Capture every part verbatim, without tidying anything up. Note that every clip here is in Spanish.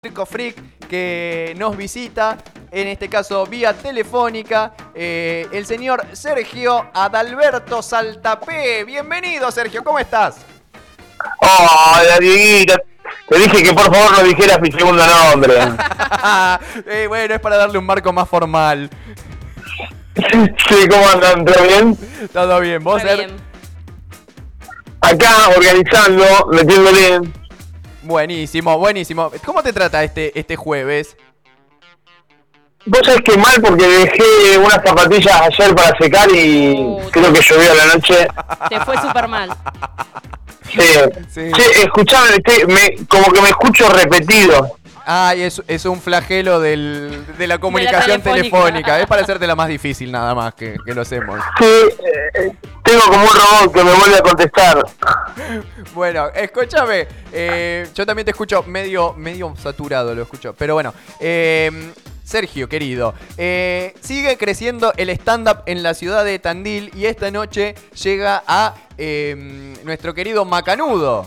Circo Freak que nos visita, en este caso vía telefónica, eh, el señor Sergio Adalberto Saltapé. Bienvenido, Sergio, ¿cómo estás? Hola, Dieguito. Te dije que por favor no dijeras mi segundo nombre. eh, bueno, es para darle un marco más formal. Sí, ¿cómo andan? ¿Todo bien? Todo bien, ¿vos, Muy Ser? bien. Acá, organizando, metiéndole. Buenísimo, buenísimo. ¿Cómo te trata este, este jueves? Vos sabés que mal porque dejé unas zapatillas ayer para secar y Uh, creo que llovió a la noche. Te fue súper mal. Sí. Sí. Sí, escuchame, estoy- me, como que me escucho repetido. Ay, es, es un flagelo del, de la comunicación telefónica. telefónica. Es para hacerte la más difícil nada más que, que lo hacemos. Sí, eh, tengo como un robot que me vuelve a contestar. Bueno, escúchame, eh, yo también te escucho medio, medio saturado, lo escucho, pero bueno, eh, Sergio, querido, eh, sigue creciendo el stand-up en la ciudad de Tandil y esta noche llega a eh, nuestro querido Macanudo.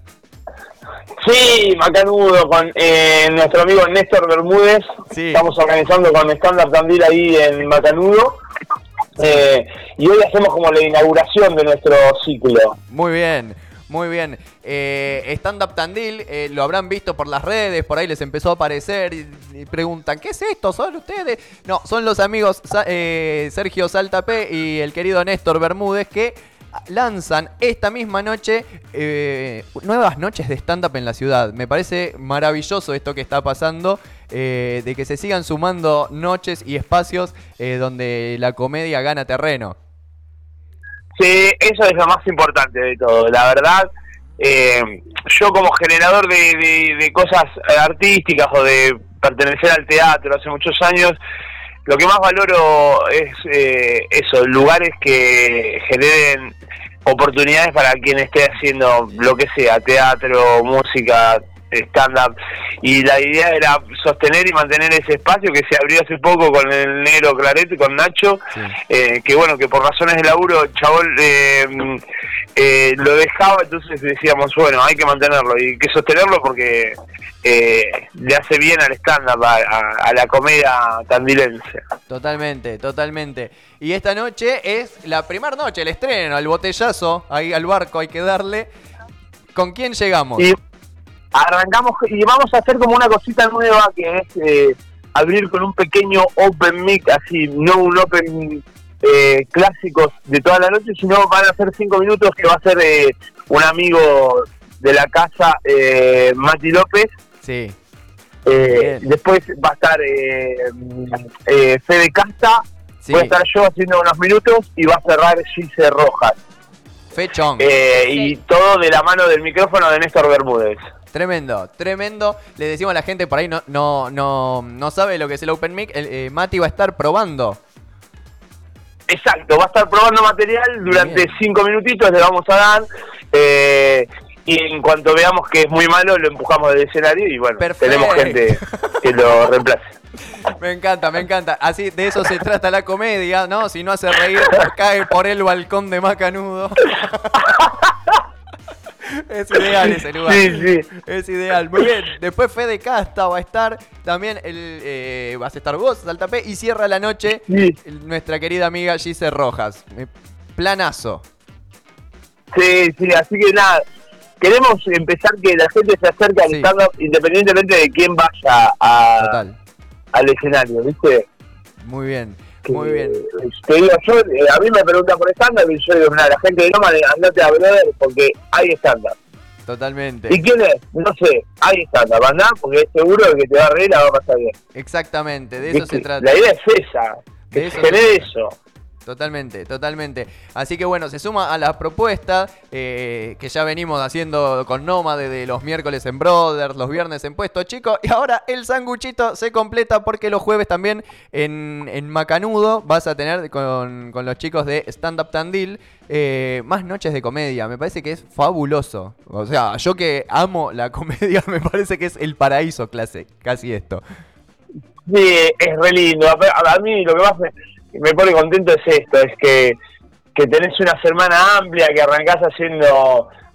Sí, Macanudo, con eh, nuestro amigo Néstor Bermúdez. Sí. Estamos organizando con Stand Up Tandil ahí en Macanudo. Eh, y hoy hacemos como la inauguración de nuestro ciclo. Muy bien, muy bien. Eh, Stand Up Tandil, eh, lo habrán visto por las redes, por ahí les empezó a aparecer y, y preguntan, ¿qué es esto? ¿Son ustedes? No, son los amigos Sa- eh, Sergio Saltapé y el querido Néstor Bermúdez que lanzan esta misma noche eh, nuevas noches de stand-up en la ciudad. Me parece maravilloso esto que está pasando, eh, de que se sigan sumando noches y espacios eh, donde la comedia gana terreno. Sí, eso es lo más importante de todo. La verdad, eh, yo como generador de, de, de cosas artísticas o de pertenecer al teatro hace muchos años, lo que más valoro es eh, eso, lugares que generen oportunidades para quien esté haciendo lo que sea, teatro, música, stand-up. Y la idea era sostener y mantener ese espacio que se abrió hace poco con el negro Clarete, con Nacho, Sí. eh, que bueno, que por razones de laburo, el chabón eh, eh, lo dejaba, entonces decíamos, bueno, hay que mantenerlo y hay que sostenerlo porque eh, le hace bien al stand-up, a, a, a la comedia tandilense. Totalmente, totalmente. Y esta noche es la primera noche, el estreno, el botellazo, ahí al barco hay que darle. ¿Con quién llegamos? Y arrancamos y vamos a hacer como una cosita nueva que es eh, abrir con un pequeño open mic, así, no un open eh, clásicos de toda la noche, sino van a ser cinco minutos que va a ser eh, un amigo de la casa, eh, Mati López. Sí. Eh, Bien. después va a estar eh, eh, Fede Casta, Sí. voy a estar yo haciendo unos minutos y va a cerrar Gise Rojas. Fechón. Eh, Sí. Y todo de la mano del micrófono de Néstor Bermúdez. Tremendo, tremendo. Le decimos a la gente por ahí no, no, no, no sabe lo que es el Open Mic. El, eh, Mati va a estar probando. Exacto, va a estar probando material durante Bien. cinco minutitos, le vamos a dar. Eh, y en cuanto veamos que es muy malo, lo empujamos del escenario y bueno, Perfecto. tenemos gente que lo reemplace. Me encanta, me encanta. Así, de eso se trata la comedia, ¿no? Si no hace reír, cae por el balcón de Macanudo. Es ideal ese lugar. Sí, sí. Es ideal. Muy bien. Después Fede Casta va a estar. También el, eh, vas a estar vos, Saltapé. Y cierra la noche Sí. nuestra querida amiga Gise Rojas. Eh, Planazo. Sí, sí, así que nada, queremos empezar que la gente se acerque al Sí. stand-up independientemente de quién vaya a, Total. al escenario, ¿viste? Muy bien. Que, Muy bien. Te digo, yo, eh, a mí me preguntan por stand-up y yo digo, nada, la gente de Loma, andate a brother porque hay stand-up. Totalmente. ¿Y quién es? No sé, hay stand-up, andá porque es seguro que te va a reír, la va a pasar bien. Exactamente. De eso ¿Viste? se trata. La idea es esa, que De se eso se genere trata. eso. Totalmente, totalmente. Así que bueno, se suma a la propuesta eh, que ya venimos haciendo con Nómade de los miércoles en Brothers, los viernes en Puesto Chico. Y ahora el sanguchito se completa porque los jueves también en, en Macanudo vas a tener con, con los chicos de Stand Up Tandil eh, más noches de comedia. Me parece que es fabuloso. O sea, yo que amo la comedia, me parece que es el paraíso clase, casi esto. Sí, es re lindo. A, a- a mí lo que más me, me pone contento es esto, es que, que tenés una semana amplia, que arrancás haciendo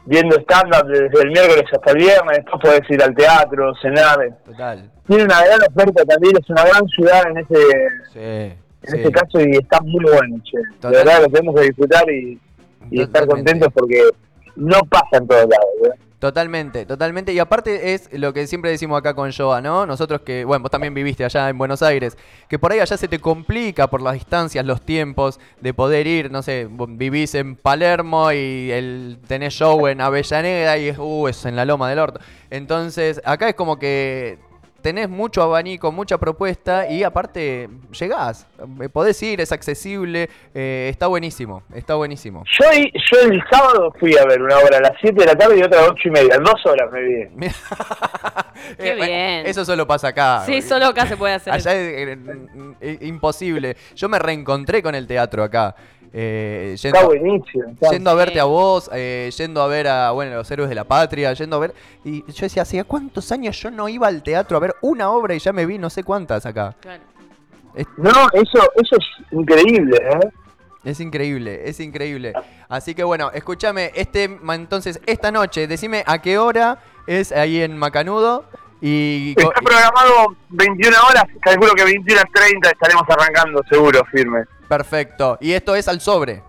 viendo stand-up desde el miércoles hasta el viernes, después podés ir al teatro, cenar. Total. Tiene una gran oferta también, es una gran ciudad en ese sí, en sí. este caso y está muy bueno, che. Total. De verdad lo tenemos que disfrutar y, y estar contentos porque no pasa en todos lados, ¿eh? Totalmente, totalmente. Y aparte es lo que siempre decimos acá con Joa, ¿no? Nosotros que, bueno, vos también viviste allá en Buenos Aires, que por ahí allá se te complica por las distancias, los tiempos de poder ir, no sé, vos vivís en Palermo y el, tenés show en Avellaneda y es, uh, es en la Loma del Orto. Entonces, acá es como que tenés mucho abanico, mucha propuesta y aparte llegás, podés ir, es accesible, eh, está buenísimo, está buenísimo. Yo, yo el sábado fui a ver una obra a las siete de la tarde y otra a las ocho y media, en dos horas me vi. Qué eh, bien. Eso solo pasa acá. Sí, solo acá se puede hacer. Allá es, es, es imposible. Yo me reencontré con el teatro acá. Eh, yendo, está buenísimo. Está. Yendo a verte a vos, eh, yendo a ver a bueno los héroes de la patria, yendo a ver. Y yo decía, ¿hacía cuántos años yo no iba al teatro a ver una obra y ya me vi no sé cuántas acá? Claro. Es, no, eso, eso es increíble, ¿eh? Es increíble, es increíble. Así que bueno, escúchame, este entonces, esta noche, decime a qué hora es ahí en Macanudo. Y está programado veintiuna horas, calculo que veintiuna treinta estaremos arrancando seguro, firme. Perfecto. ¿Y esto es al sobre?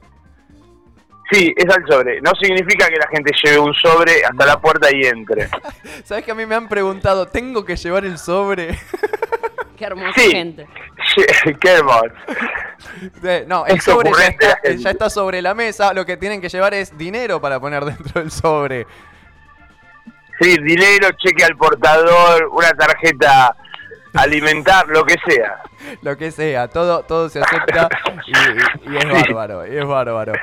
Sí, es al sobre. No significa que la gente lleve un sobre hasta no. la puerta y entre. ¿Sabes que a mí me han preguntado, ¿tengo que llevar el sobre? Qué hermosa sí. gente. Sí, qué hermoso. No, el es sobre ya está, ya está sobre la mesa. Lo que tienen que llevar es dinero para poner dentro del sobre. Sí, dinero, cheque al portador, una tarjeta alimentar, lo que sea. Lo que sea, todo todo se acepta y, y, y es bárbaro, y es bárbaro.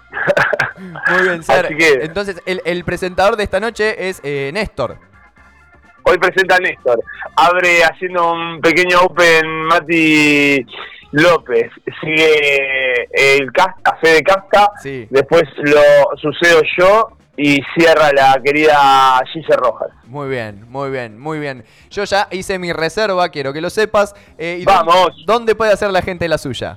Muy bien, Ser. Que... Entonces, el, el presentador de esta noche es eh, Néstor. Hoy presenta Néstor. Abre haciendo un pequeño open Mati López. Sigue el Casta, Fede Casta. Sí. Después lo sucedo yo. Y cierra la querida Gise Rojas. Muy bien, muy bien, muy bien. Yo ya hice mi reserva, quiero que lo sepas. Eh, ¿y Vamos. Dónde, ¿Dónde puede hacer la gente la suya?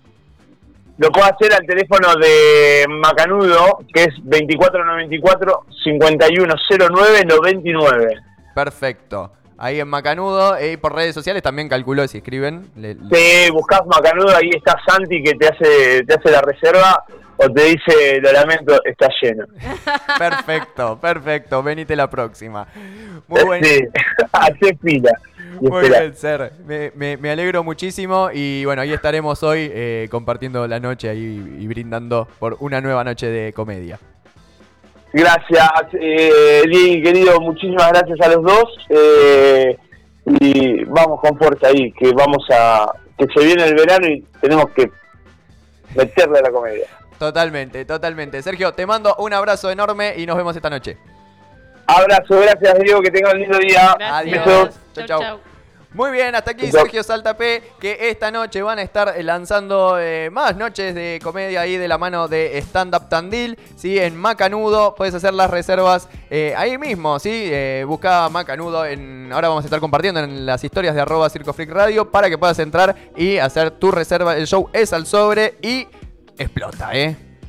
Lo puede hacer al teléfono de Macanudo, que es veinticuatro noventa y cuatro, cincuenta y uno cero nueve noventa y nueve. Perfecto. Ahí en Macanudo, y eh, por redes sociales también calculó si escriben. Le, le... Sí, buscás Macanudo, ahí está Santi que te hace, te hace la reserva. O te dice, lo lamento, está lleno. Perfecto, perfecto. Venite la próxima. Muy buen... Sí, hace fila. Muy espera. Bien, Ser. Me, me, me alegro muchísimo. Y bueno, ahí estaremos hoy eh, compartiendo la noche ahí y brindando por una nueva noche de comedia. Gracias, eh, Lee, querido. Muchísimas gracias a los dos. Eh, y vamos con fuerza ahí, que vamos a... que se viene el verano y tenemos que meterle a la comedia. Totalmente, totalmente. Sergio, te mando un abrazo enorme y nos vemos esta noche. Abrazo, gracias Diego, que tengan un lindo día. Gracias. Adiós. Chau, chau. chau. Muy bien, hasta aquí Sergio Saltapé, que esta noche van a estar lanzando eh, más noches de comedia ahí de la mano de Stand Up Tandil, ¿sí? En Macanudo, puedes hacer las reservas eh, ahí mismo, ¿sí? Eh, busca Macanudo, en, ahora vamos a estar compartiendo en las historias de arroba Circo Freak Radio para que puedas entrar y hacer tu reserva. El show es al sobre y explota, ¿eh?